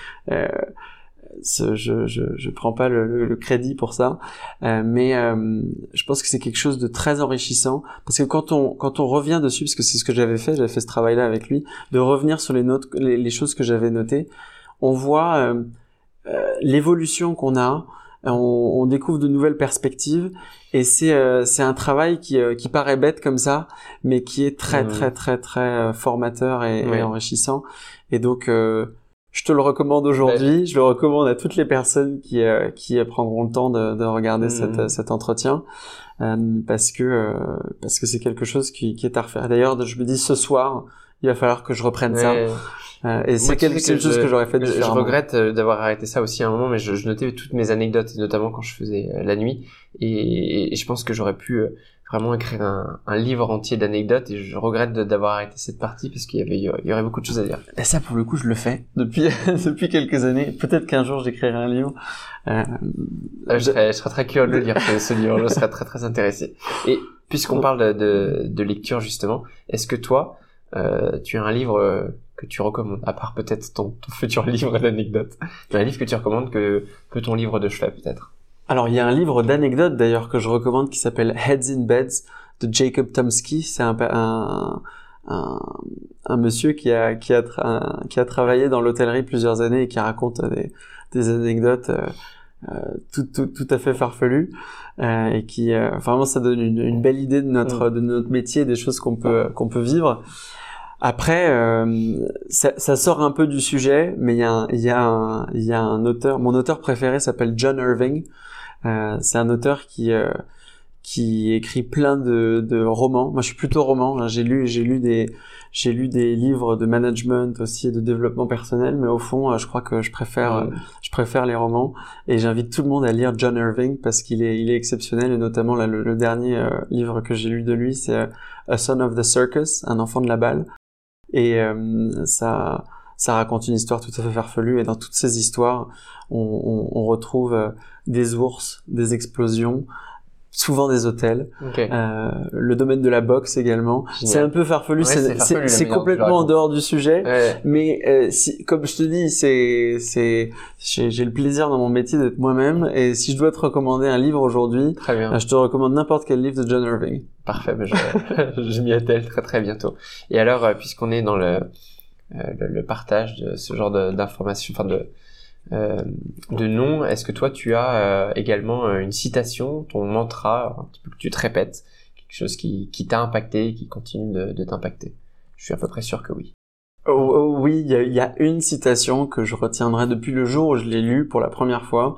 A: je prends pas le crédit pour ça. Mais je pense que c'est quelque chose de très enrichissant parce que quand on revient dessus, parce que c'est ce que j'avais fait ce travail-là avec lui, de revenir sur les choses que j'avais notées. On voit l'évolution qu'on a, on découvre de nouvelles perspectives et c'est un travail qui paraît bête comme ça, mais qui est très formateur et enrichissant. Et donc je te le recommande aujourd'hui, je le recommande à toutes les personnes qui prendront le temps de regarder cet entretien. Parce que c'est quelque chose qui est à refaire. D'ailleurs, je me dis ce soir, il va falloir que je reprenne ça. Et c'est quelque chose que j'aurais fait différemment.
C: Je regrette d'avoir arrêté ça aussi à un moment, mais je notais toutes mes anecdotes, et notamment quand je faisais la nuit. Et je pense que j'aurais pu vraiment écrire un livre entier d'anecdotes, et je regrette d'avoir arrêté cette partie parce qu'il y aurait beaucoup de choses à dire.
A: Et ça, pour le coup, je le fais depuis quelques années. Peut-être qu'un jour j'écrirai un livre.
C: Je serais très curieux de le lire, ce livre. Je serais très intéressé. Et puisqu'on parle de lecture justement, est-ce que toi, tu as un livre que tu recommandes, à part peut-être ton futur livre d'anecdotes, un livre que tu recommandes que ton livre de chevet peut-être?
A: Alors il y a un livre d'anecdotes d'ailleurs que je recommande qui s'appelle Heads in Beds de Jacob Tomsky. C'est un monsieur qui a travaillé dans l'hôtellerie plusieurs années et qui raconte des anecdotes tout à fait farfelues et qui vraiment ça donne une belle idée de notre métier, des choses qu'on peut vivre. Après, ça sort un peu du sujet, mais il y a un auteur. Mon auteur préféré s'appelle John Irving. C'est un auteur qui écrit plein de romans. Moi, je suis plutôt roman. Hein. J'ai lu des livres de management aussi et de développement personnel, mais au fond, je crois que je préfère les romans. Et j'invite tout le monde à lire John Irving parce qu'il est exceptionnel. Et notamment là, le dernier livre que j'ai lu de lui, c'est A Son of the Circus, un enfant de la balle. Et ça raconte une histoire tout à fait farfelue, et dans toutes ces histoires on retrouve des ours, des explosions, souvent des hôtels, le domaine de la boxe également. Génial. C'est un peu farfelu, c'est complètement en dehors du sujet, mais comme je te dis, j'ai le plaisir dans mon métier d'être moi-même, et si je dois te recommander un livre aujourd'hui, je te recommande n'importe quel livre de John Irving.
C: Parfait, je m'y attelle très bientôt. Et alors, puisqu'on est dans le partage de ce genre d'informations, enfin de noms, est-ce que toi tu as également une citation, ton mantra, un petit peu que tu te répètes, quelque chose qui t'a impacté et qui continue de t'impacter? Je suis à peu près sûr que oui.
A: Oui, il y a une citation que je retiendrai depuis le jour où je l'ai lue pour la première fois.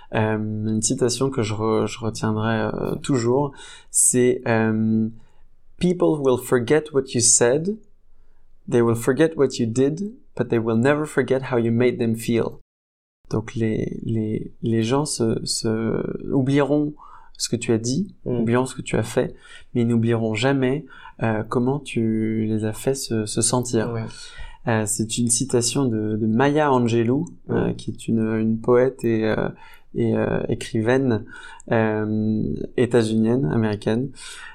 A: Une citation que je retiendrai toujours, c'est People will forget what you said, they will forget what you did, but they will never forget how you made them feel. Donc les gens oublieront ce que tu as dit, oublieront ce que tu as fait, mais ils n'oublieront jamais comment tu les as fait se sentir. Ouais. C'est une citation de Maya Angelou, qui est une poète et écrivaine états-unienne, américaine,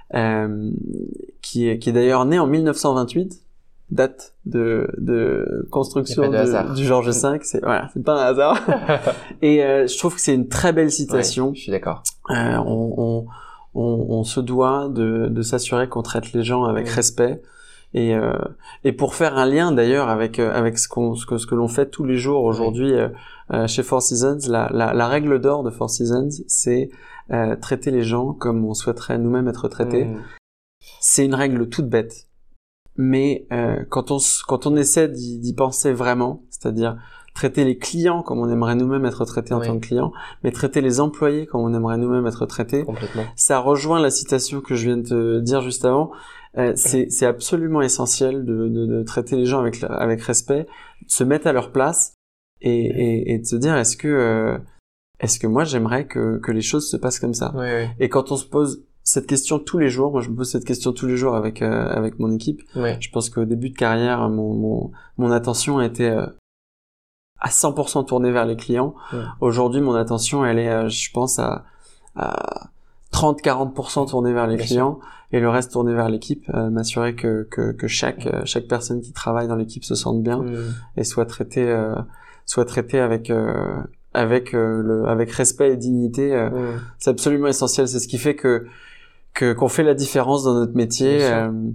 A: qui est d'ailleurs née en 1928. Date de construction du George V, c'est pas un hasard. Et je trouve que c'est une très belle citation.
C: Ouais, je suis d'accord.
A: On se doit de s'assurer qu'on traite les gens avec respect. Et pour faire un lien d'ailleurs avec ce que l'on fait tous les jours aujourd'hui chez Four Seasons, la règle d'or de Four Seasons, c'est traiter les gens comme on souhaiterait nous-mêmes être traités. C'est une règle toute bête. Mais quand on essaie d'y penser vraiment, c'est-à-dire traiter les clients comme on aimerait nous-mêmes être traités en tant que clients, mais traiter les employés comme on aimerait nous-mêmes être traités, ça rejoint la citation que je viens de te dire juste avant. C'est absolument essentiel de traiter les gens avec respect, de se mettre à leur place et de se dire est-ce que moi j'aimerais que les choses se passent comme ça. Et quand on se pose cette question tous les jours, moi je me pose cette question tous les jours avec mon équipe. Je pense qu'au début de carrière, mon attention était à 100% tournée vers les clients. Aujourd'hui, mon attention, elle est, je pense, à 30-40% tournée vers les clients et le reste tourné vers l'équipe, m'assurer que chaque personne qui travaille dans l'équipe se sente bien et soit traitée avec respect et dignité. C'est absolument essentiel. C'est ce qui fait qu'on fait la différence dans notre métier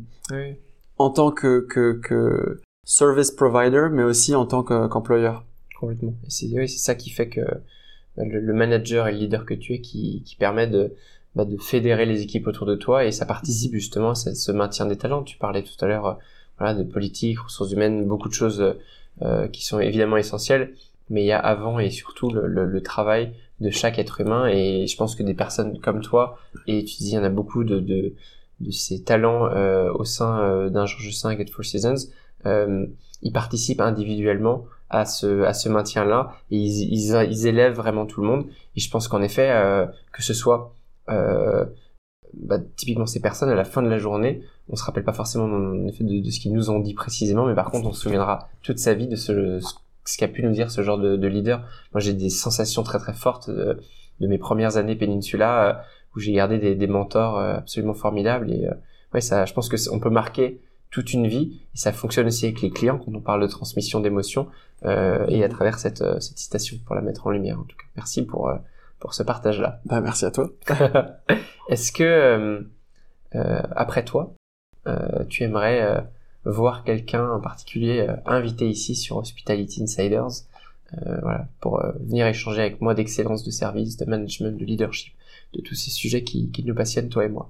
A: en tant que service provider, mais aussi en tant qu'employeur.
C: Complètement. Et c'est ça qui fait que le manager et le leader que tu es qui permet de fédérer les équipes autour de toi, et ça participe justement à ce maintien des talents. Tu parlais tout à l'heure de politique, ressources humaines, beaucoup de choses qui sont évidemment essentielles, mais il y a avant et surtout le travail de chaque être humain, et je pense que des personnes comme toi, et tu dis il y en a beaucoup de ces talents au sein d'un George V et de Four Seasons, ils participent individuellement à ce maintien-là, et ils élèvent vraiment tout le monde. Et je pense qu'en effet, que ce soit typiquement ces personnes, à la fin de la journée, on se rappelle pas forcément en effet de ce qu'ils nous ont dit précisément, mais par contre on se souviendra toute sa vie de ce qu'a pu nous dire ce genre de leader. Moi j'ai des sensations très très fortes de mes premières années Peninsula, où j'ai gardé des mentors absolument formidables, et ça, je pense que on peut marquer toute une vie, et ça fonctionne aussi avec les clients quand on parle de transmission d'émotions, et à travers cette citation, pour la mettre en lumière. En tout cas, merci pour ce partage-là.
A: Merci à toi.
C: Est-ce que après toi, tu aimerais voir quelqu'un en particulier invité ici sur Hospitality Insiders, pour venir échanger avec moi d'excellence de service, de management, de leadership, de tous ces sujets qui nous passionnent, toi et moi?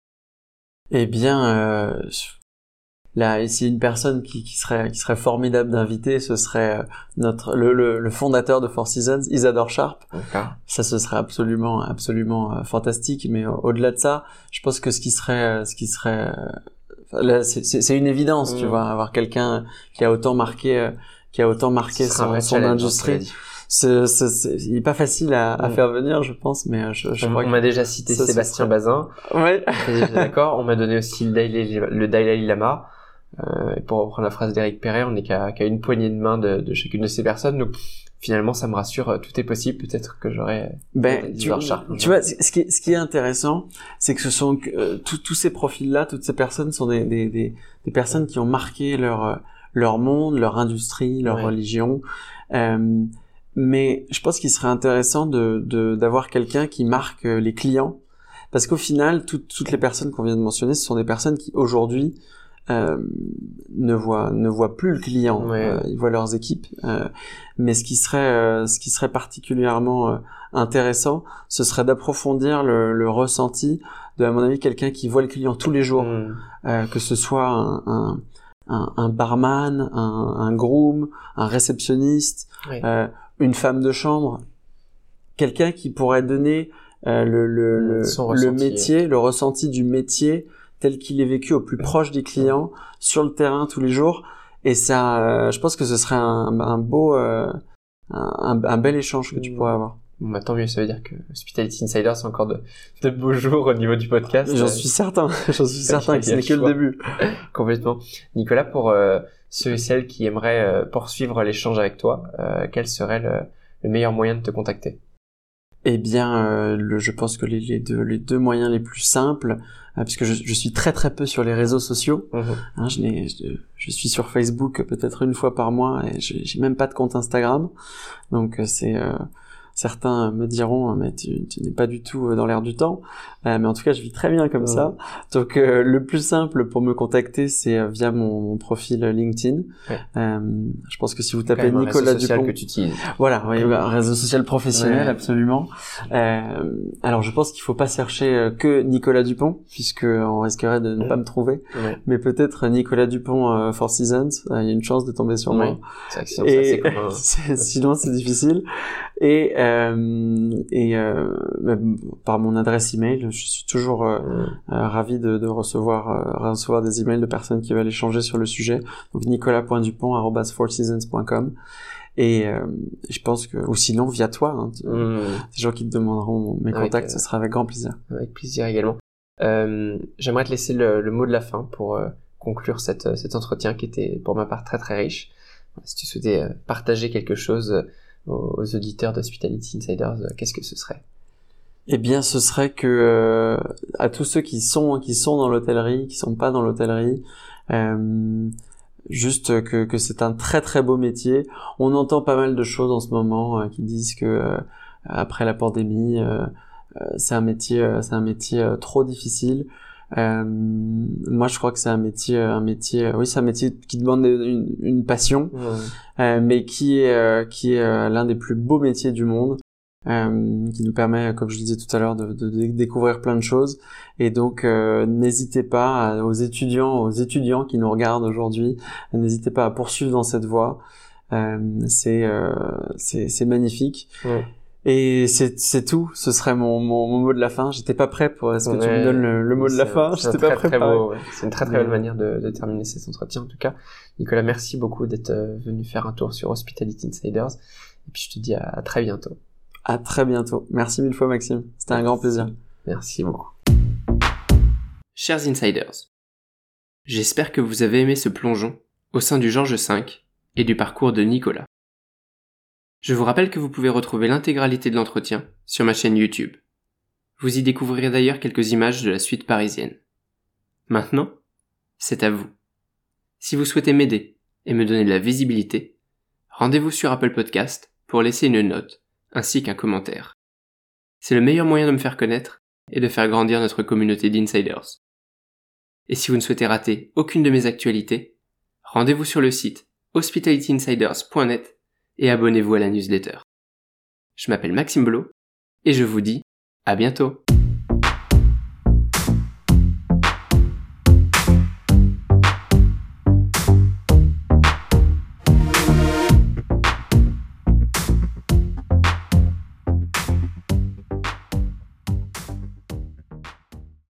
A: Eh bien, là, ici, une personne qui serait formidable d'inviter, ce serait le fondateur de Four Seasons, Isadore Sharp. Ça, ce serait absolument fantastique. Mais au-delà de ça, je pense que ce qui serait là, c'est une évidence, tu vois, avoir quelqu'un qui a autant marqué son industrie. Il est pas facile à faire venir, je pense, mais je crois
C: on m'a déjà cité Sébastien Bazin.
A: Ouais.
C: D'accord. On m'a donné aussi le Dalai Lama. Et pour reprendre la phrase d'Éric Perret, on n'est qu'à une poignée de main de chacune de ces personnes. Donc finalement, ça me rassure, tout est possible. Peut-être que j'aurais
A: tu vois, ce qui est intéressant, c'est que ce sont tous ces profils-là, toutes ces personnes sont des personnes qui ont marqué leur monde, leur industrie, leur religion. Mais je pense qu'il serait intéressant d'avoir quelqu'un qui marque les clients, parce qu'au final, toutes les personnes qu'on vient de mentionner, ce sont des personnes qui aujourd'hui ne voient plus le client, ils voient leurs équipes. Mais ce qui serait particulièrement intéressant, ce serait d'approfondir le ressenti de, à mon avis, quelqu'un qui voit le client tous les jours, que ce soit un barman, un groom, un réceptionniste, une femme de chambre, quelqu'un qui pourrait donner le métier, le ressenti du métier tel qu'il est vécu au plus proche des clients, sur le terrain tous les jours. Et ça, je pense que ce serait un beau, un bel échange que tu pourrais avoir.
C: Bon, bah, tant mieux, ça veut dire que Hospitality Insider, c'est encore de beaux jours au niveau du podcast.
A: J'en suis certain que ce n'est que le début.
C: Complètement. Nicolas, pour ceux et celles qui aimeraient poursuivre l'échange avec toi, quel serait le meilleur moyen de te contacter?
A: Eh bien, je pense que les deux moyens les plus simples, puisque je suis très très peu sur les réseaux sociaux. Hein, je suis sur Facebook peut-être une fois par mois et j'ai même pas de compte Instagram. Donc certains me diront mais tu n'es pas du tout dans l'air du temps, mais en tout cas je vis très bien comme ça. Donc le plus simple pour me contacter c'est via mon profil LinkedIn. Je pense que si vous tapez Nicolas Dupont,
C: que tu utilises.
A: Voilà, oui, un réseau social professionnel, absolument. Alors je pense qu'il faut pas chercher que Nicolas Dupont, puisque on risquerait de ne pas me trouver, mais peut-être Nicolas Dupont Four Seasons. Il y a une chance de tomber sur moi.
C: C'est commun.
A: Sinon c'est difficile. Et par mon adresse email, je suis toujours ravi de recevoir des emails de personnes qui veulent échanger sur le sujet. Donc nicolas.dupont@fourseasons.com. Et je pense que, ou sinon via toi, hein, des gens qui te demanderont mes contacts, ce sera avec grand plaisir.
C: Avec plaisir également. J'aimerais te laisser le mot de la fin pour conclure cet entretien qui était pour ma part très très riche. Si tu souhaitais partager quelque chose aux auditeurs d'Hospitality Insiders, qu'est-ce que ce serait?
A: Eh bien, ce serait que à tous ceux qui sont dans l'hôtellerie, qui sont pas dans l'hôtellerie, juste que c'est un très très beau métier. On entend pas mal de choses en ce moment qui disent que après la pandémie, c'est un métier trop difficile. Moi, je crois que c'est un métier, oui, c'est un métier qui demande une passion, mais qui est l'un des plus beaux métiers du monde, qui nous permet, comme je disais tout à l'heure, de découvrir plein de choses. Et donc, n'hésitez pas aux étudiants qui nous regardent aujourd'hui, n'hésitez pas à poursuivre dans cette voie. C'est magnifique. Et c'est tout. Ce serait mon mot de la fin. J'étais pas prêt pour est-ce que tu me donnes le mot de la fin. J'étais pas préparé.
C: C'est une très très belle manière de terminer cet entretien. En tout cas, Nicolas, merci beaucoup d'être venu faire un tour sur Hospitality Insiders. Et puis je te dis à très bientôt.
A: À très bientôt. Merci mille fois, Maxime. C'était un grand plaisir.
C: Merci beaucoup.
B: Chers Insiders, j'espère que vous avez aimé ce plongeon au sein du Georges V et du parcours de Nicolas. Je vous rappelle que vous pouvez retrouver l'intégralité de l'entretien sur ma chaîne YouTube. Vous y découvrirez d'ailleurs quelques images de la suite parisienne. Maintenant, c'est à vous. Si vous souhaitez m'aider et me donner de la visibilité, rendez-vous sur Apple Podcast pour laisser une note ainsi qu'un commentaire. C'est le meilleur moyen de me faire connaître et de faire grandir notre communauté d'insiders. Et si vous ne souhaitez rater aucune de mes actualités, rendez-vous sur le site hospitalityinsiders.net et abonnez-vous à la newsletter. Je m'appelle Maxime Blot et je vous dis à bientôt.